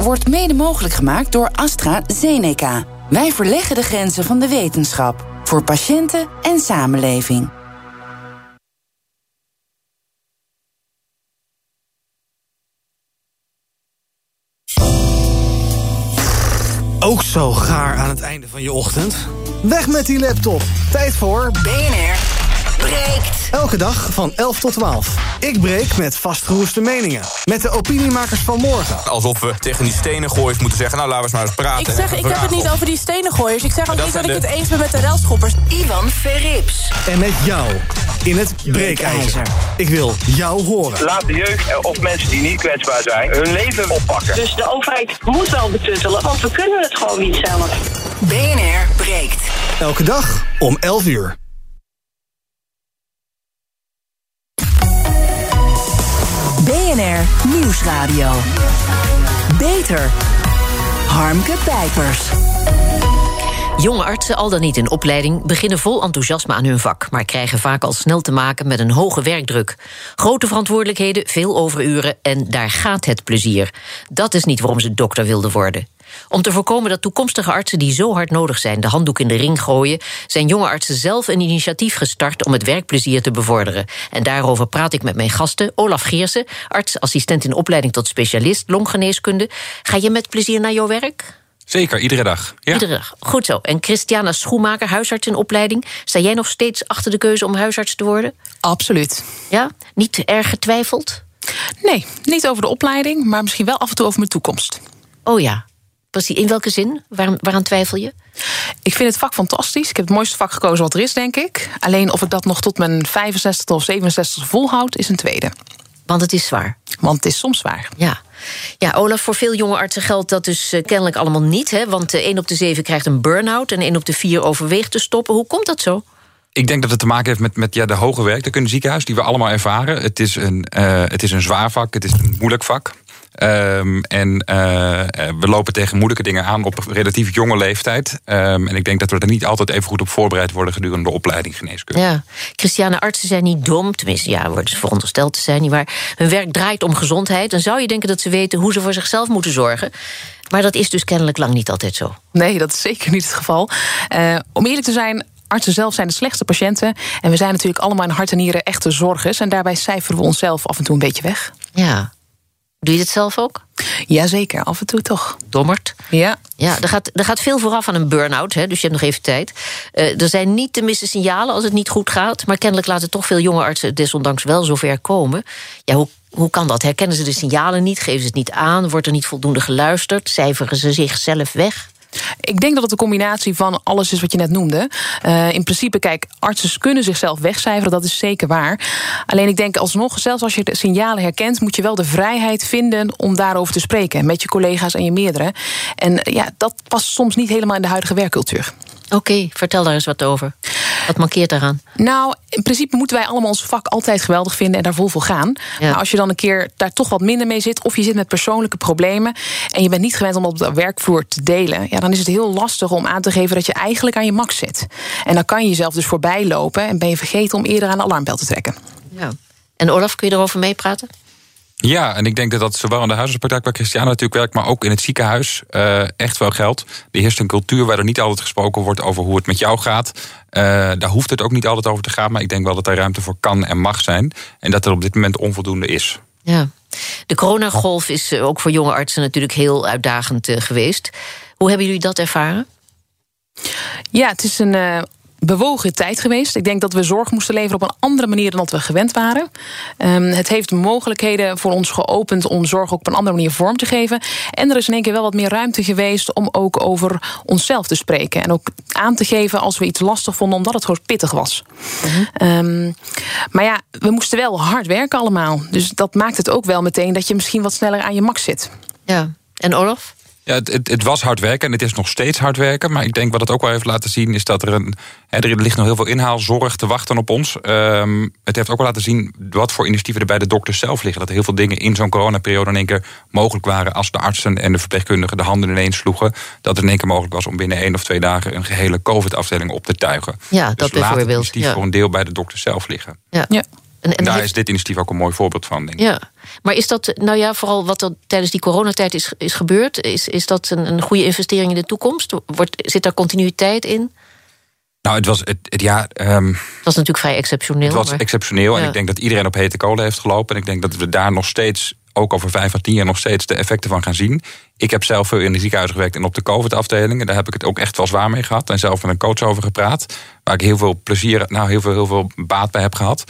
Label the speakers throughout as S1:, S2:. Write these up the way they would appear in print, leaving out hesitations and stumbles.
S1: wordt mede mogelijk gemaakt door AstraZeneca. Wij verleggen de grenzen van de wetenschap. Voor patiënten en samenleving.
S2: Ook zo gaar aan het einde van je ochtend. Weg met die laptop. Tijd voor
S3: BNR breekt.
S2: Elke dag van 11 tot 12. Ik breek met vastgeroeste meningen. Met de opiniemakers van morgen.
S4: Alsof we tegen die stenengooiers moeten zeggen... nou, laten we eens maar eens praten.
S5: Ik heb het niet over die stenengooiers. Ik zeg ook niet dat ik het eens ben met de relschoppers.
S3: Ivan Verrips.
S2: En met jou in het breekijzer. Ik wil jou horen.
S6: Laat de jeugd of mensen die niet kwetsbaar zijn hun leven oppakken.
S7: Dus de overheid moet wel betuttelen, want we kunnen het gewoon niet zelf.
S3: BNR breekt.
S2: Elke dag om 11 uur.
S3: BNR Nieuwsradio. Beter. Harmke Pijpers.
S8: Jonge artsen, al dan niet in opleiding, beginnen vol enthousiasme aan hun vak, maar krijgen vaak al snel te maken met een hoge werkdruk. Grote verantwoordelijkheden, veel overuren en daar gaat het plezier. Dat is niet waarom ze dokter wilden worden. Om te voorkomen dat toekomstige artsen die zo hard nodig zijn de handdoek in de ring gooien, zijn jonge artsen zelf een initiatief gestart om het werkplezier te bevorderen. En daarover praat ik met mijn gasten. Olaf Geersen, arts, assistent in opleiding tot specialist longgeneeskunde. Ga je met plezier naar jouw werk?
S4: Zeker, iedere dag. Ja.
S8: Iedere dag, goed zo. En Christiana Schoenmaker, huisarts in opleiding. Sta jij nog steeds achter de keuze om huisarts te worden?
S5: Absoluut.
S8: Ja? Niet erg getwijfeld?
S5: Nee, niet over de opleiding, maar misschien wel af en toe over mijn toekomst.
S8: Oh ja. Precies. In welke zin? Waaraan twijfel je?
S5: Ik vind het vak fantastisch. Ik heb het mooiste vak gekozen wat er is, denk ik. Alleen of ik dat nog tot mijn 65 of 67 volhoud, is een tweede.
S8: Want het is zwaar.
S5: Want het is soms zwaar.
S8: Ja, Olaf, voor veel jonge artsen geldt dat dus kennelijk allemaal niet. Hè? Want 1 op de 7 krijgt een burn-out en 1 op de 4 overweegt te stoppen. Hoe komt dat zo?
S4: Ik denk dat het te maken heeft met de hoge werkdruk ziekenhuis die we allemaal ervaren. Het is een zwaar vak, het is een moeilijk vak. We lopen tegen moeilijke dingen aan op een relatief jonge leeftijd. En ik denk dat we er niet altijd even goed op voorbereid worden gedurende de opleiding geneeskunde.
S8: Ja, Christiane, artsen zijn niet dom. Tenminste, ja, worden ze verondersteld te zijn, nietwaar. Hun werk draait om gezondheid. Dan zou je denken dat ze weten hoe ze voor zichzelf moeten zorgen. Maar dat is dus kennelijk lang niet altijd zo.
S5: Nee, dat is zeker niet het geval. Om eerlijk te zijn, artsen zelf zijn de slechtste patiënten. En we zijn natuurlijk allemaal in hart en nieren echte zorgers. En daarbij cijferen we onszelf af en toe een beetje weg.
S8: Ja. Doe je dit zelf ook?
S5: Jazeker, af en toe toch.
S8: Dommert?
S5: Ja.
S8: Ja, er gaat veel vooraf aan een burn-out, hè, dus je hebt nog even tijd. Er zijn niet te missen signalen als het niet goed gaat, maar kennelijk laten toch veel jonge artsen desondanks wel zover komen. Ja, hoe kan dat? Herkennen ze de signalen niet? Geven ze het niet aan? Wordt er niet voldoende geluisterd? Cijferen ze zichzelf weg?
S5: Ik denk dat het een combinatie van alles is wat je net noemde. In principe, kijk, artsen kunnen zichzelf wegcijferen, dat is zeker waar. Alleen ik denk alsnog, zelfs als je de signalen herkent, moet je wel de vrijheid vinden om daarover te spreken met je collega's en je meerdere. En ja, dat past soms niet helemaal in de huidige werkcultuur.
S8: Oké, vertel daar eens wat over. Wat mankeert daaraan?
S5: Nou, in principe moeten wij allemaal ons vak altijd geweldig vinden en daar vol voor gaan.
S8: Ja.
S5: Maar als je dan een keer daar toch wat minder mee zit, of je zit met persoonlijke problemen en je bent niet gewend om dat op de werkvloer te delen, ja, dan is het heel lastig om aan te geven dat je eigenlijk aan je max zit. En dan kan je jezelf dus voorbij lopen en ben je vergeten om eerder aan de alarmbel te trekken.
S8: Ja. En Olaf, kun je erover meepraten?
S4: Ja, en ik denk dat zowel in de huisartspraktijk waar Christiane natuurlijk werkt, maar ook in het ziekenhuis echt wel geldt. Er heerst een cultuur waar er niet altijd gesproken wordt over hoe het met jou gaat. Daar hoeft het ook niet altijd over te gaan, maar ik denk wel dat er ruimte voor kan en mag zijn. En dat er op dit moment onvoldoende is.
S8: Ja. De coronagolf is ook voor jonge artsen natuurlijk heel uitdagend geweest. Hoe hebben jullie dat ervaren?
S5: Ja, het is een bewogen tijd geweest. Ik denk dat we zorg moesten leveren op een andere manier dan dat we gewend waren. Het heeft mogelijkheden voor ons geopend om zorg ook op een andere manier vorm te geven. En er is in één keer wel wat meer ruimte geweest om ook over onszelf te spreken. En ook aan te geven als we iets lastig vonden, omdat het gewoon pittig was. Maar ja, we moesten wel hard werken allemaal. Dus dat maakt het ook wel meteen dat je misschien wat sneller aan je max zit.
S8: Ja, en Olaf?
S4: Ja, het was hard werken en het is nog steeds hard werken. Maar ik denk wat het ook wel heeft laten zien is dat er ligt nog heel veel inhaalzorg te wachten op ons. Het heeft ook wel laten zien wat voor initiatieven er bij de dokters zelf liggen. Dat er heel veel dingen in zo'n coronaperiode in één keer mogelijk waren als de artsen en de verpleegkundigen de handen ineens sloegen. Dat het in één keer mogelijk was om binnen 1 of 2 dagen een gehele COVID-afdeling op te tuigen.
S8: Ja,
S4: dus
S8: dat
S4: laat
S8: bijvoorbeeld.
S4: het initiatief voor een deel bij de dokters zelf liggen.
S8: Ja. En
S4: daar is dit initiatief ook een mooi voorbeeld van, denk ik.
S8: Ja, maar is dat, vooral wat er tijdens die coronatijd is gebeurd, is dat een goede investering in de toekomst? Zit daar continuïteit in?
S4: Nou, het was het jaar.
S8: Het was natuurlijk vrij exceptioneel.
S4: Het was exceptioneel. En ik denk dat iedereen op hete kolen heeft gelopen. En ik denk dat we daar nog steeds, ook over 5 à 10 jaar, nog steeds de effecten van gaan zien. Ik heb zelf veel in de ziekenhuis gewerkt en op de COVID-afdelingen. Daar heb ik het ook echt wel zwaar mee gehad. En zelf met een coach over gepraat. Waar ik heel veel plezier, heel veel baat bij heb gehad.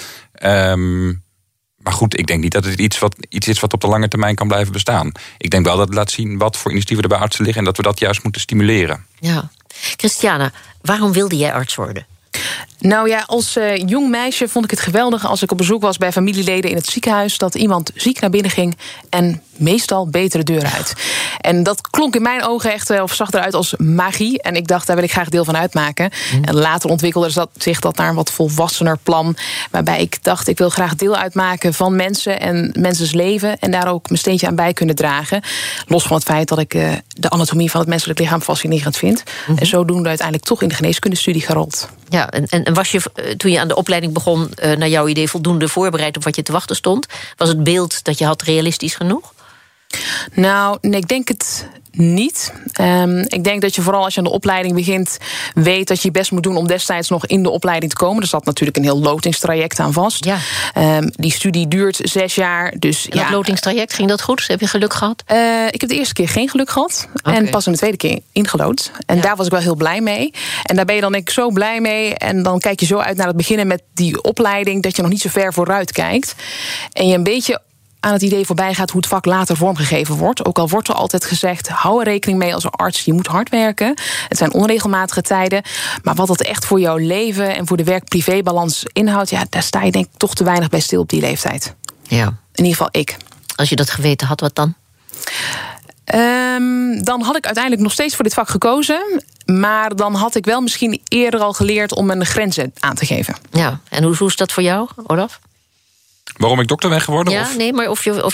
S4: Maar goed, ik denk niet dat het iets is wat op de lange termijn kan blijven bestaan. Ik denk wel dat het laat zien wat voor initiatieven er bij artsen liggen en dat we dat juist moeten stimuleren.
S8: Ja. Christiana, waarom wilde jij arts worden?
S5: Nou ja, als jong meisje vond ik het geweldig als ik op bezoek was bij familieleden in het ziekenhuis, dat iemand ziek naar binnen ging en meestal betere deur uit. En dat klonk in mijn ogen echt, of zag eruit als magie. En ik dacht, daar wil ik graag deel van uitmaken. En later ontwikkelde zich dat naar een wat volwassener plan, waarbij ik dacht, ik wil graag deel uitmaken van mensen en mensen's leven en daar ook mijn steentje aan bij kunnen dragen. Los van het feit dat ik de anatomie van het menselijk lichaam fascinerend vind. En zodoende uiteindelijk toch in de geneeskundestudie gerold.
S8: Ja, en was je, toen je aan de opleiding begon, naar jouw idee voldoende voorbereid op wat je te wachten stond? Was het beeld dat je had realistisch genoeg?
S5: Nou, nee, ik denk het niet. Ik denk dat je vooral als je aan de opleiding begint, weet dat je je best moet doen om destijds nog in de opleiding te komen. Er zat natuurlijk een heel lotingstraject aan vast. Ja. Die studie duurt 6 jaar. Dus,
S8: en dat lotingstraject, ging dat goed? Heb je geluk gehad?
S5: Ik heb de eerste keer geen geluk gehad. Okay. En pas in de tweede keer ingelood. En daar was ik wel heel blij mee. En daar ben je dan denk ik zo blij mee. En dan kijk je zo uit naar het beginnen met die opleiding, dat je nog niet zo ver vooruit kijkt. En je een beetje aan het idee voorbij gaat hoe het vak later vormgegeven wordt. Ook al wordt er altijd gezegd, hou er rekening mee als arts, je moet hard werken. Het zijn onregelmatige tijden. Maar wat dat echt voor jouw leven en voor de werk-privé-balans inhoudt, ja, daar sta je denk ik toch te weinig bij stil op die leeftijd.
S8: Ja.
S5: In ieder geval ik.
S8: Als je dat geweten had, wat dan?
S5: Dan had ik uiteindelijk nog steeds voor dit vak gekozen. Maar dan had ik wel misschien eerder al geleerd om mijn grenzen aan te geven.
S8: Ja, en hoe is dat voor jou, Olaf?
S4: Waarom ik dokter ben geworden?
S8: Ja, nee, maar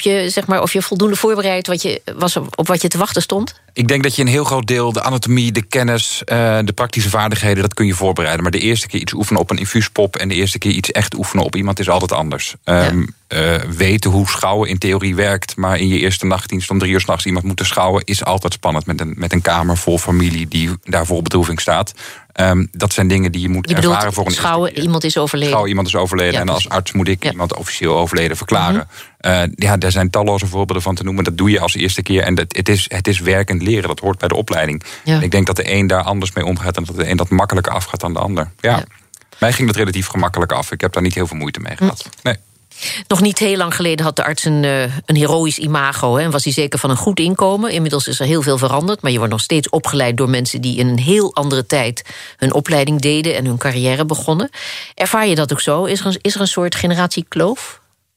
S8: of je voldoende voorbereid was op wat je te wachten stond?
S4: Ik denk dat je een heel groot deel, de anatomie, de kennis, de praktische vaardigheden, dat kun je voorbereiden. Maar de eerste keer iets oefenen op een infuuspop en de eerste keer iets echt oefenen op iemand is altijd anders. Weten hoe schouwen in theorie werkt, maar in je eerste nachtdienst om 3 uur 's nachts iemand moeten schouwen, is altijd spannend met een kamer vol familie die daarvoor op bedroeving staat. Dat zijn dingen die je moet ervaren voor een
S8: schouwen, iemand is overleden.
S4: Schouwen, iemand is overleden. Ja, en als arts moet ik iemand officieel overleden verklaren. Daar zijn talloze voorbeelden van te noemen. Dat doe je als eerste keer. En het is werkend leren. Dat hoort bij de opleiding. Ja. En ik denk dat de een daar anders mee omgaat en dat de een dat makkelijker afgaat dan de ander. Ja. Mij ging dat relatief gemakkelijk af. Ik heb daar niet heel veel moeite mee gehad. Nee.
S8: Nog niet heel lang geleden had de arts een heroïsch imago. En was hij zeker van een goed inkomen. Inmiddels is er heel veel veranderd. Maar je wordt nog steeds opgeleid door mensen die in een heel andere tijd hun opleiding deden en hun carrière begonnen. Ervaar je dat ook zo? Is er een soort generatiekloof?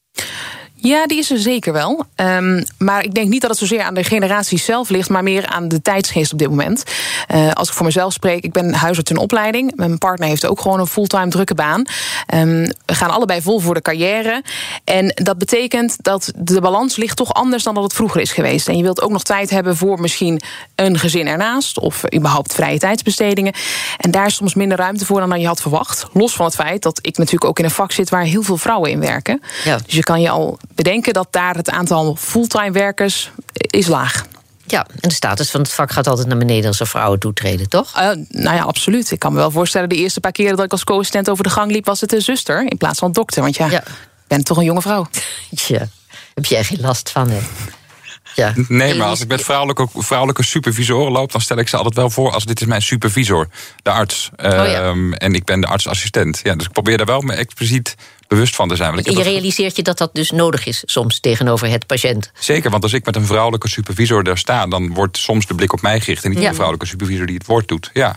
S5: Ja, die is er zeker wel. Maar ik denk niet dat het zozeer aan de generatie zelf ligt, maar meer aan de tijdsgeest op dit moment. Als ik voor mezelf spreek, ik ben huisarts in opleiding. Mijn partner heeft ook gewoon een fulltime drukke baan. We gaan allebei vol voor de carrière. En dat betekent dat de balans ligt toch anders dan dat het vroeger is geweest. En je wilt ook nog tijd hebben voor misschien een gezin ernaast, of überhaupt vrije tijdsbestedingen. En daar is soms minder ruimte voor dan je had verwacht. Los van het feit dat ik natuurlijk ook in een vak zit waar heel veel vrouwen in werken. Ja. Dus je kan je al bedenken dat daar het aantal fulltime werkers is laag.
S8: Ja, en de status van het vak gaat altijd naar beneden als er vrouwen toetreden, toch?
S5: Nou ja, absoluut. Ik kan me wel voorstellen, de eerste paar keren dat ik als co-assistent over de gang liep, was het een zuster in plaats van dokter. Want ik ben toch een jonge vrouw.
S8: Ja, heb jij geen last van, hè? Ja.
S4: Nee, maar als ik met vrouwelijke supervisoren loop, dan stel ik ze altijd wel voor als dit is mijn supervisor, de arts. En ik ben de artsassistent. Ja, dus ik probeer daar wel me expliciet bewust van te zijn.
S8: Je realiseert je dat dus nodig is soms tegenover het patiënt.
S4: Zeker, want als ik met een vrouwelijke supervisor daar sta, dan wordt soms de blik op mij gericht en niet de vrouwelijke supervisor die het woord doet. Ja.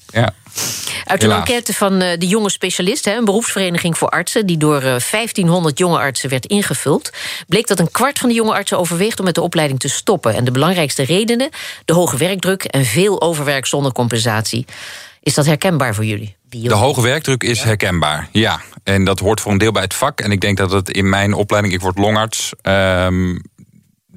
S8: Uit een enquête van de Jonge Specialist, een beroepsvereniging voor artsen, die door 1500 jonge artsen werd ingevuld, bleek dat 1/4 van de jonge artsen overweegt om met de opleiding te stoppen. En de belangrijkste redenen: de hoge werkdruk en veel overwerk zonder compensatie. Is dat herkenbaar voor jullie?
S4: De hoge werkdruk is herkenbaar, ja. En dat hoort voor een deel bij het vak. En ik denk dat het in mijn opleiding, ik word longarts,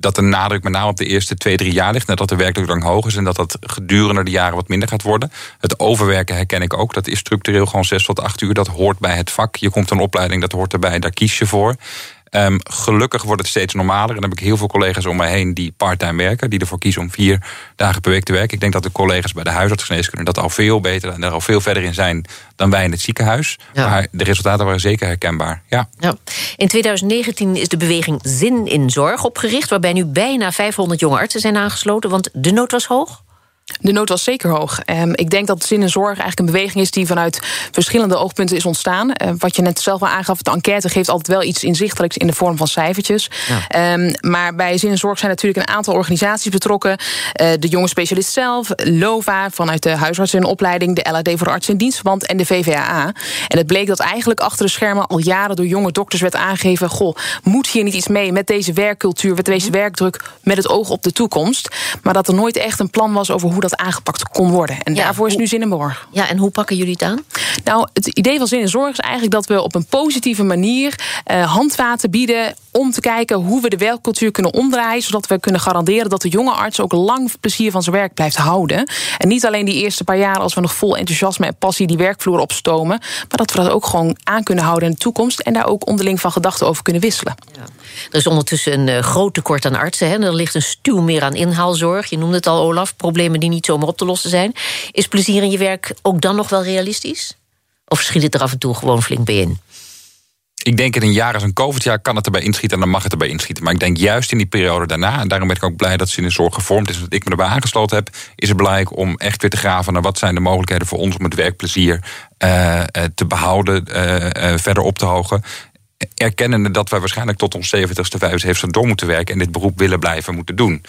S4: dat de nadruk met name op de eerste 2-3 jaar ligt, nadat de werkdruk lang hoog is en dat gedurende de jaren wat minder gaat worden. Het overwerken herken ik ook. Dat is structureel gewoon 6 tot 8 uur. Dat hoort bij het vak. Je komt een opleiding, dat hoort erbij, daar kies je voor. Gelukkig wordt het steeds normaler. En dan heb ik heel veel collega's om me heen die parttime werken, die ervoor kiezen om 4 dagen per week te werken. Ik denk dat de collega's bij de huisartsgeneeskunde dat al veel beter en daar al veel verder in zijn dan wij in het ziekenhuis. Ja. Maar de resultaten waren zeker herkenbaar. Ja.
S8: In 2019 is de beweging Zin in Zorg opgericht, waarbij nu bijna 500 jonge artsen zijn aangesloten, want de nood was hoog.
S5: De nood was zeker hoog. Ik denk dat Zin in Zorg eigenlijk een beweging is die vanuit verschillende oogpunten is ontstaan. Wat je net zelf al aangaf, de enquête geeft altijd wel iets inzichtelijks in de vorm van cijfertjes. Ja. Maar bij Zin in Zorg zijn natuurlijk een aantal organisaties betrokken. De jonge specialist zelf, LOVA vanuit de huisartsenopleiding, de LAD voor de arts in dienstverband en de VVAA. En het bleek dat eigenlijk achter de schermen al jaren door jonge dokters werd aangegeven, moet hier niet iets mee met deze werkcultuur, met deze werkdruk, met het oog op de toekomst. Maar dat er nooit echt een plan was over hoe dat aangepakt kon worden. En daarvoor is nu Zin in Zorg.
S8: Ja, en hoe pakken jullie het aan?
S5: Nou, het idee van Zin in Zorg is eigenlijk dat we op een positieve manier handvaten bieden om te kijken hoe we de werkcultuur kunnen omdraaien, zodat we kunnen garanderen dat de jonge arts ook lang plezier van zijn werk blijft houden. En niet alleen die eerste paar jaren als we nog vol enthousiasme en passie die werkvloer opstomen, maar dat we dat ook gewoon aan kunnen houden in de toekomst en daar ook onderling van gedachten over kunnen wisselen.
S8: Ja. Er is ondertussen een groot tekort aan artsen. Hè? Er ligt een stuw meer aan inhaalzorg. Je noemde het al, Olaf, problemen die niet zomaar op te lossen zijn. Is plezier in je werk ook dan nog wel realistisch? Of schiet het er af en toe gewoon flink bij in?
S4: Ik denk in een jaar als een COVID-jaar kan het erbij inschieten en dan mag het erbij inschieten. Maar ik denk juist in die periode daarna, en daarom ben ik ook blij dat Zin in Zorg gevormd is en dat ik me erbij aangesloten heb, is het belangrijk om echt weer te graven naar wat zijn de mogelijkheden voor ons om het werkplezier te behouden, verder op te hogen. Erkennende dat wij waarschijnlijk tot ons 70ste, 75ste door moeten werken en dit beroep willen blijven moeten doen.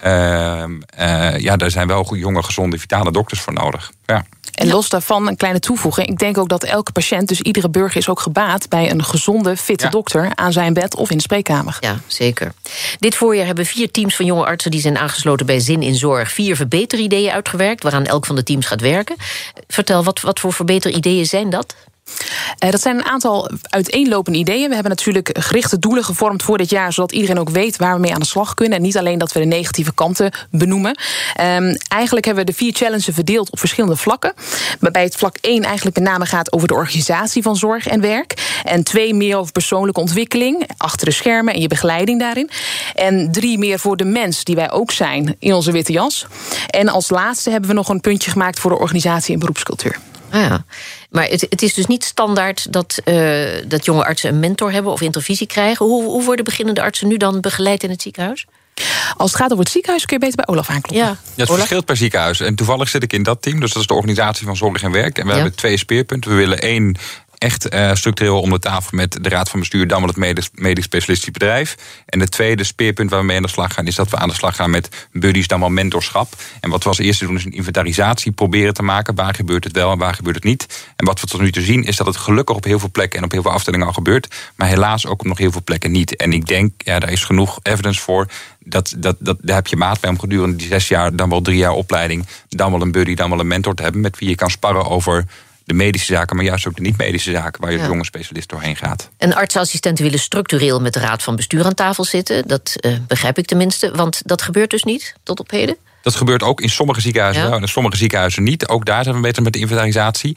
S4: Ja, daar zijn wel jonge, gezonde, vitale dokters voor nodig. Ja.
S5: En los daarvan een kleine toevoeging. Ik denk ook dat elke patiënt, dus iedere burger, is ook gebaat bij een gezonde, fitte dokter aan zijn bed of in de spreekkamer.
S8: Ja, zeker. Dit voorjaar hebben 4 teams van jonge artsen die zijn aangesloten bij Zin in Zorg 4 verbeterideeën uitgewerkt, waaraan elk van de teams gaat werken. Vertel, wat voor verbeterideeën zijn dat?
S5: Dat zijn een aantal uiteenlopende ideeën. We hebben natuurlijk gerichte doelen gevormd voor dit jaar, zodat iedereen ook weet waar we mee aan de slag kunnen. En niet alleen dat we de negatieve kanten benoemen. Eigenlijk hebben we de 4 challenges verdeeld op verschillende vlakken. Waarbij het vlak 1 eigenlijk met name gaat over de organisatie van zorg en werk. En 2 meer over persoonlijke ontwikkeling, achter de schermen en je begeleiding daarin. En 3 meer voor de mens, die wij ook zijn in onze witte jas. En als laatste hebben we nog een puntje gemaakt voor de organisatie en beroepscultuur.
S8: Ja, maar het is dus niet standaard dat jonge artsen een mentor hebben of intervisie krijgen. Hoe worden beginnende artsen nu dan begeleid in het ziekenhuis?
S5: Als het gaat over het ziekenhuis kun je beter bij Olaf aankloppen.
S8: Ja.
S4: Het verschilt per ziekenhuis. En toevallig zit ik in dat team, dus dat is de organisatie van zorg en werk. En we hebben 2 speerpunten. We willen 1... echt structureel om de tafel met de raad van bestuur, dan wel het medisch specialistisch bedrijf. En het tweede speerpunt waar we mee aan de slag gaan, is dat we aan de slag gaan met buddies, dan wel mentorschap. En wat we als eerste doen, is een inventarisatie proberen te maken. Waar gebeurt het wel en waar gebeurt het niet? En wat we tot nu toe zien, is dat het gelukkig op heel veel plekken en op heel veel afdelingen al gebeurt, maar helaas ook op nog heel veel plekken niet. En ik denk, daar is genoeg evidence voor. Daar heb je maat bij om gedurende die 6 jaar, dan wel 3 jaar opleiding, dan wel een buddy, dan wel een mentor te hebben met wie je kan sparren over de medische zaken, maar juist ook de niet-medische zaken waar je als jonge specialist doorheen gaat.
S8: En artsassistenten willen structureel met de raad van bestuur aan tafel zitten. Dat begrijp ik tenminste, want dat gebeurt dus niet tot op heden?
S4: Dat gebeurt ook in sommige ziekenhuizen wel en in sommige ziekenhuizen niet. Ook daar zijn we beter met de inventarisatie.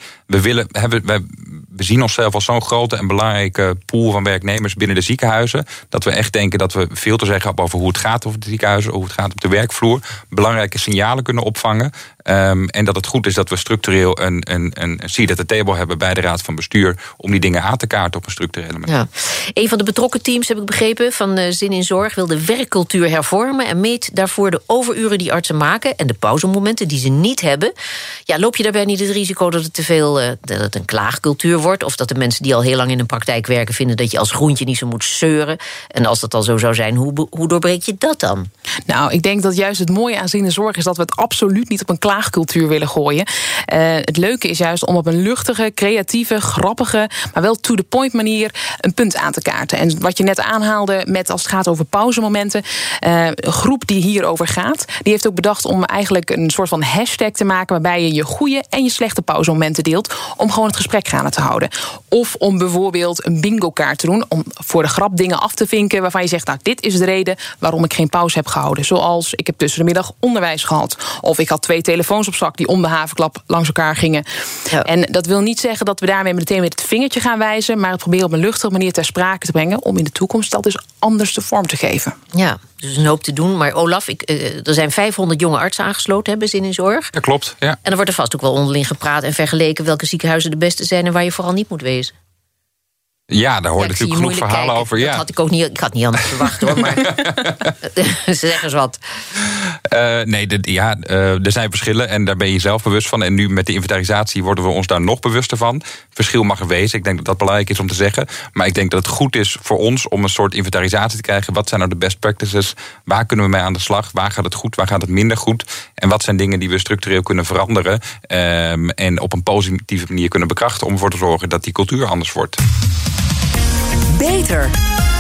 S4: We zien onszelf als zo'n grote en belangrijke pool van werknemers binnen de ziekenhuizen, dat we echt denken dat we veel te zeggen hebben over hoe het gaat over de ziekenhuizen, hoe het gaat op de werkvloer, belangrijke signalen kunnen opvangen. En dat het goed is dat we structureel een seat at the table hebben bij de raad van bestuur om die dingen aan te kaarten op een structurele manier.
S8: Ja. Een van de betrokken teams, heb ik begrepen, van Zin in Zorg wil de werkcultuur hervormen en meet daarvoor de overuren die artsen maken en de pauzemomenten die ze niet hebben. Ja, loop je daarbij niet het risico dat het te veel dat het een klaagcultuur wordt, of dat de mensen die al heel lang in een praktijk werken vinden dat je als groentje niet zo moet zeuren? En als dat al zo zou zijn, hoe doorbreek je dat dan?
S5: Nou, ik denk dat juist het mooie aan Zin in Zorg is dat we het absoluut niet op een klaagcultuur willen gooien. Het leuke is juist om op een luchtige, creatieve, grappige, maar wel to-the-point manier een punt aan te kaarten. En wat je net aanhaalde met als het gaat over pauzemomenten, een groep die hierover gaat, die heeft ook bedacht om eigenlijk een soort van hashtag te maken waarbij je je goede en je slechte pauzemomenten deelt om gewoon het gesprek gaande te houden. Of om bijvoorbeeld een bingo-kaart te doen om voor de grap dingen af te vinken waarvan je zegt, nou, dit is de reden waarom ik geen pauze heb gehouden. Zoals, ik heb tussen de middag onderwijs gehad. Of ik had 2 telefoons op zak die om de havenklap langs elkaar gingen. Ja. En dat wil niet zeggen dat we daarmee meteen met het vingertje gaan wijzen, maar het proberen op een luchtige manier ter sprake te brengen om in de toekomst dat dus anders de vorm te geven.
S8: Ja, dus een hoop te doen. Maar Olaf, er zijn 500 jonge artsen aangesloten, hebben Zin in Zorg.
S4: Dat klopt, ja.
S8: En er wordt er vast ook wel onderling gepraat en vergeleken welke ziekenhuizen de beste zijn en waar je vooral niet moet wezen.
S4: Ja, daar hoort natuurlijk genoeg verhalen over. Ja.
S8: Dat had ik ook niet, ik had niet anders verwacht hoor, maar ze zeggen eens wat. Er zijn verschillen en daar ben je zelf bewust van. En nu met de inventarisatie worden we ons daar nog bewuster van. Verschil mag er wezen, ik denk dat dat belangrijk is om te zeggen. Maar ik denk dat het goed is voor ons om een soort inventarisatie te krijgen. Wat zijn nou de best practices? Waar kunnen we mee aan de slag? Waar gaat het goed? Waar gaat het minder goed? En wat zijn dingen die we structureel kunnen veranderen? En op een positieve manier kunnen bekrachten om ervoor te zorgen dat die cultuur anders wordt.
S3: Beter.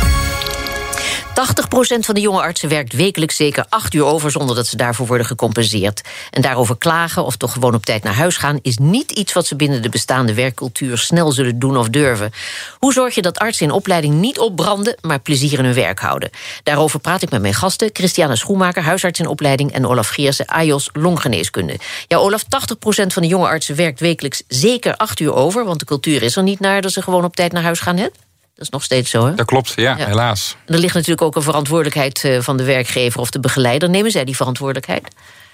S8: 80% van de jonge artsen werkt wekelijks zeker 8 uur over zonder dat ze daarvoor worden gecompenseerd. En daarover klagen of toch gewoon op tijd naar huis gaan is niet iets wat ze binnen de bestaande werkcultuur snel zullen doen of durven. Hoe zorg je dat artsen in opleiding niet opbranden, maar plezier in hun werk houden? Daarover praat ik met mijn gasten, Christiane Schoenmaker, huisarts in opleiding, en Olaf Geersen, AJOS longgeneeskunde. Ja, Olaf, 80% van de jonge artsen werkt wekelijks zeker 8 uur over, want de cultuur is er niet naar dat ze gewoon op tijd naar huis gaan, hè? Dat is nog steeds zo, hè?
S4: Dat klopt, ja, helaas.
S8: Er ligt natuurlijk ook een verantwoordelijkheid van de werkgever of de begeleider. Nemen zij die verantwoordelijkheid?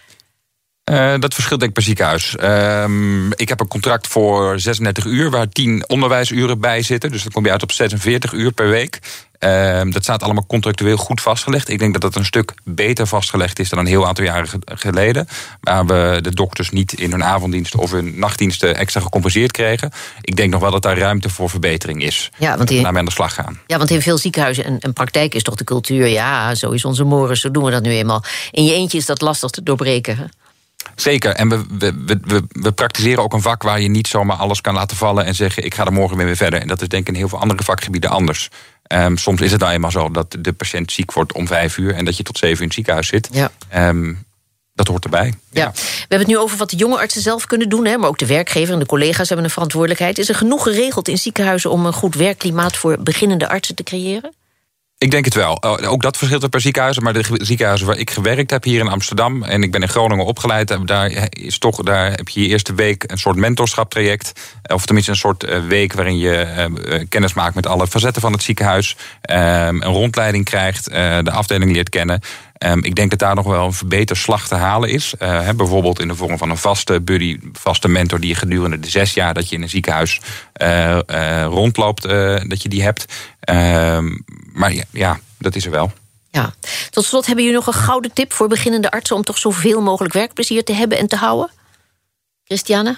S4: Dat verschilt denk ik per ziekenhuis. Ik heb een contract voor 36 uur... waar 10 onderwijsuren bij zitten. Dus dan kom je uit op 46 uur per week. Dat staat allemaal contractueel goed vastgelegd. Ik denk dat dat een stuk beter vastgelegd is dan een heel aantal jaren geleden. Waar we de dokters niet in hun avonddiensten of hun nachtdiensten extra gecompenseerd kregen. Ik denk nog wel dat daar ruimte voor verbetering is. Ja, want naar aan de slag gaan.
S8: Ja, want in veel ziekenhuizen en praktijk is toch de cultuur, ja, zo is onze morris, zo doen we dat nu eenmaal. In je eentje is dat lastig te doorbreken, hè?
S4: Zeker, en we praktiseren ook een vak waar je niet zomaar alles kan laten vallen en zeggen, ik ga er morgen weer verder. En dat is denk ik in heel veel andere vakgebieden anders. Soms is het nou eenmaal zo dat de patiënt ziek wordt om 5 uur en dat je tot 7 uur in het ziekenhuis zit. Ja. Dat hoort erbij.
S8: Ja. We hebben het nu over wat de jonge artsen zelf kunnen doen, hè, maar ook de werkgever en de collega's hebben een verantwoordelijkheid. Is er genoeg geregeld in ziekenhuizen om een goed werkklimaat voor beginnende artsen te creëren?
S4: Ik denk het wel. Ook dat verschilt per ziekenhuis. Maar de ziekenhuizen waar ik gewerkt heb hier in Amsterdam, en ik ben in Groningen opgeleid, daar heb je je eerste week een soort mentorschaptraject. Of tenminste een soort week waarin je kennis maakt met alle facetten van het ziekenhuis. Een rondleiding krijgt, de afdeling leert kennen. Ik denk dat daar nog wel een verbeterslag te halen is. Bijvoorbeeld in de vorm van een vaste buddy, vaste mentor die je gedurende de 6 jaar dat je in een ziekenhuis rondloopt, dat je die hebt. Maar ja, dat is er wel.
S8: Ja. Tot slot, hebben jullie nog een gouden tip voor beginnende artsen om toch zoveel mogelijk werkplezier te hebben en te houden? Christiane?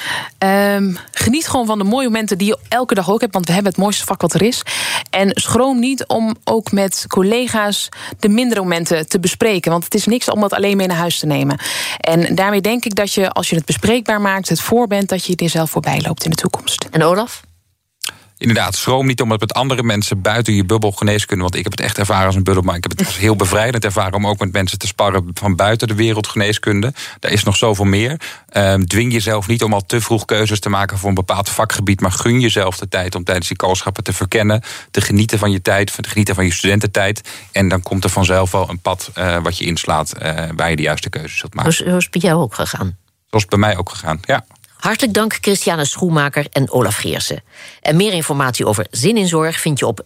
S5: Geniet gewoon van de mooie momenten die je elke dag ook hebt, want we hebben het mooiste vak wat er is. En schroom niet om ook met collega's de mindere momenten te bespreken, want het is niks om dat alleen mee naar huis te nemen. En daarmee denk ik dat je, als je het bespreekbaar maakt, het voor bent, dat je er zelf voorbij loopt in de toekomst.
S8: En Olaf?
S4: Inderdaad, schroom niet om het met andere mensen buiten je bubbel geneeskunde, want ik heb het echt ervaren als een bubbel, maar ik heb het als heel bevrijdend ervaren om ook met mensen te sparren van buiten de wereld geneeskunde. Daar is nog zoveel meer. Dwing jezelf niet om al te vroeg keuzes te maken voor een bepaald vakgebied, maar gun jezelf de tijd om tijdens die koolschappen te verkennen, te genieten van je tijd, te genieten van je studententijd. En dan komt er vanzelf wel een pad wat je inslaat waar je de juiste keuzes zult maken.
S8: Zo is het bij jou ook gegaan?
S4: Zoals het bij mij ook gegaan, ja.
S8: Hartelijk dank Christiane Schoenmaker en Olaf Geersen. En meer informatie over Zin in Zorg vind je op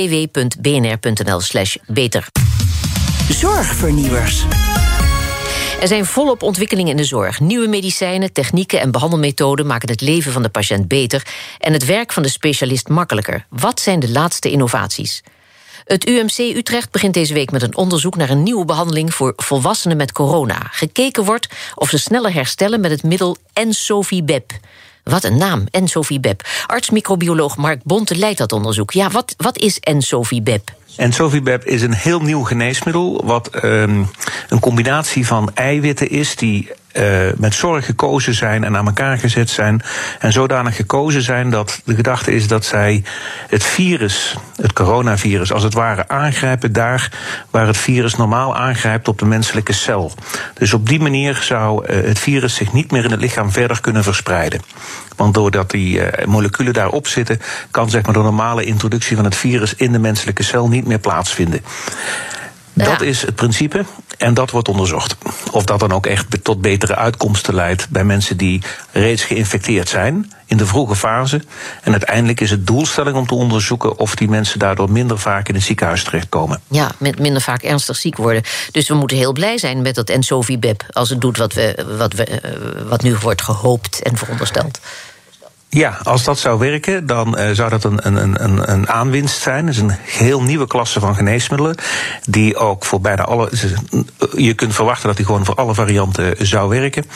S8: www.bnr.nl/beter.
S3: Zorgvernieuwers.
S8: Er zijn volop ontwikkelingen in de zorg. Nieuwe medicijnen, technieken en behandelmethoden maken het leven van de patiënt beter en het werk van de specialist makkelijker. Wat zijn de laatste innovaties? Het UMC Utrecht begint deze week met een onderzoek naar een nieuwe behandeling voor volwassenen met corona. Gekeken wordt of ze sneller herstellen met het middel Ensovibep. Wat een naam, Ensovibep. Arts-microbioloog Mark Bonte leidt dat onderzoek. Ja, wat is Ensovibep?
S9: Ensovibep is een heel nieuw geneesmiddel, wat een combinatie van eiwitten is die met zorg gekozen zijn en aan elkaar gezet zijn. En zodanig gekozen zijn dat de gedachte is dat zij het virus, het coronavirus, als het ware aangrijpen daar waar het virus normaal aangrijpt op de menselijke cel. Dus op die manier zou het virus zich niet meer in het lichaam verder kunnen verspreiden. Want doordat die moleculen daarop zitten, kan zeg maar de normale introductie van het virus in de menselijke cel niet meer plaatsvinden. Dat is het principe en dat wordt onderzocht. Of dat dan ook echt tot betere uitkomsten leidt bij mensen die reeds geïnfecteerd zijn in de vroege fase. En uiteindelijk is het doelstelling om te onderzoeken of die mensen daardoor minder vaak in het ziekenhuis terechtkomen.
S8: Ja, minder vaak ernstig ziek worden. Dus we moeten heel blij zijn met dat Ensovibep als het doet wat nu wordt gehoopt en verondersteld.
S9: Ja, als dat zou werken, dan zou dat een aanwinst zijn. Het is een heel nieuwe klasse van geneesmiddelen, die ook voor bijna alle... Je kunt verwachten dat die gewoon voor alle varianten zou werken.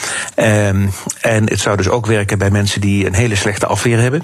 S9: En het zou dus ook werken bij mensen die een hele slechte afweer hebben.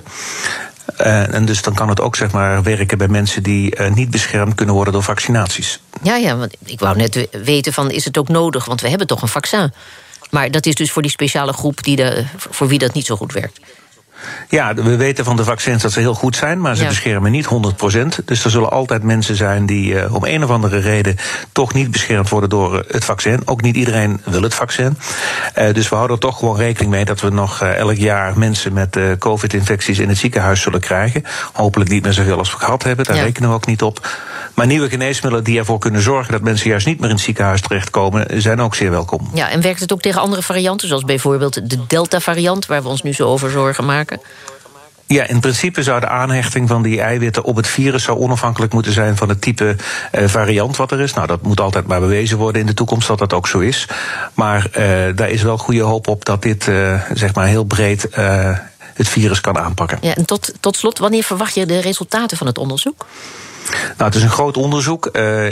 S9: En dus dan kan het ook zeg maar werken bij mensen die niet beschermd kunnen worden door vaccinaties.
S8: Ja, want ik wou net weten van, is het ook nodig? Want we hebben toch een vaccin. Maar dat is dus voor die speciale groep voor wie dat niet zo goed werkt.
S9: Ja, we weten van de vaccins dat ze heel goed zijn, maar ze beschermen niet 100%. Dus er zullen altijd mensen zijn die om een of andere reden toch niet beschermd worden door het vaccin. Ook niet iedereen wil het vaccin. Dus we houden er toch gewoon rekening mee dat we nog elk jaar mensen met COVID-infecties in het ziekenhuis zullen krijgen. Hopelijk niet meer zoveel als we gehad hebben, daar rekenen we ook niet op. Maar nieuwe geneesmiddelen die ervoor kunnen zorgen dat mensen juist niet meer in het ziekenhuis terechtkomen, zijn ook zeer welkom.
S8: Ja, en werkt het ook tegen andere varianten, zoals bijvoorbeeld de Delta-variant, waar we ons nu zo over zorgen maken?
S9: Ja, in principe zou de aanhechting van die eiwitten op het virus zou onafhankelijk moeten zijn van het type variant wat er is. Nou, dat moet altijd maar bewezen worden in de toekomst dat dat ook zo is. Maar daar is wel goede hoop op dat dit zeg maar heel breed het virus kan aanpakken.
S8: Ja, en tot slot, wanneer verwacht je de resultaten van het onderzoek?
S9: Nou, het is een groot onderzoek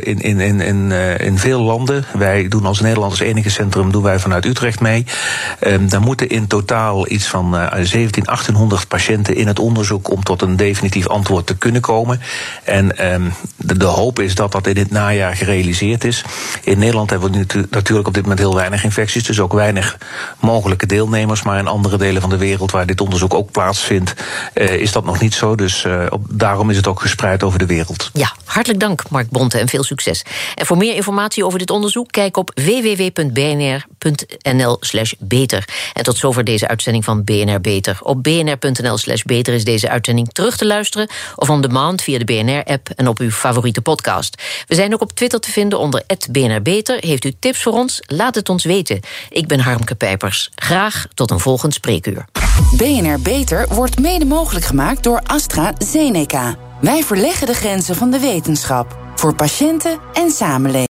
S9: in veel landen. Wij doen als Nederland als enige centrum doen wij vanuit Utrecht mee. Daar moeten in totaal iets van 1800 patiënten in het onderzoek om tot een definitief antwoord te kunnen komen. En de hoop is dat dat in dit najaar gerealiseerd is. In Nederland hebben we nu natuurlijk op dit moment heel weinig infecties, dus ook weinig mogelijke deelnemers. Maar in andere delen van de wereld waar dit onderzoek ook plaatsvindt, is dat nog niet zo. Dus daarom is het ook gespreid over de wereld.
S8: Ja, hartelijk dank Mark Bonte en veel succes. En voor meer informatie over dit onderzoek, kijk op www.bnr.nl/beter. En tot zover deze uitzending van BNR Beter. Op bnr.nl/beter is deze uitzending terug te luisteren of on demand via de BNR-app en op uw favoriete podcast. We zijn ook op Twitter te vinden onder @BNRBeter. Heeft u tips voor ons? Laat het ons weten. Ik ben Harmke Pijpers. Graag tot een volgend spreekuur.
S1: BNR Beter wordt mede mogelijk gemaakt door AstraZeneca. Wij verleggen de grenzen van de wetenschap voor patiënten en samenleving.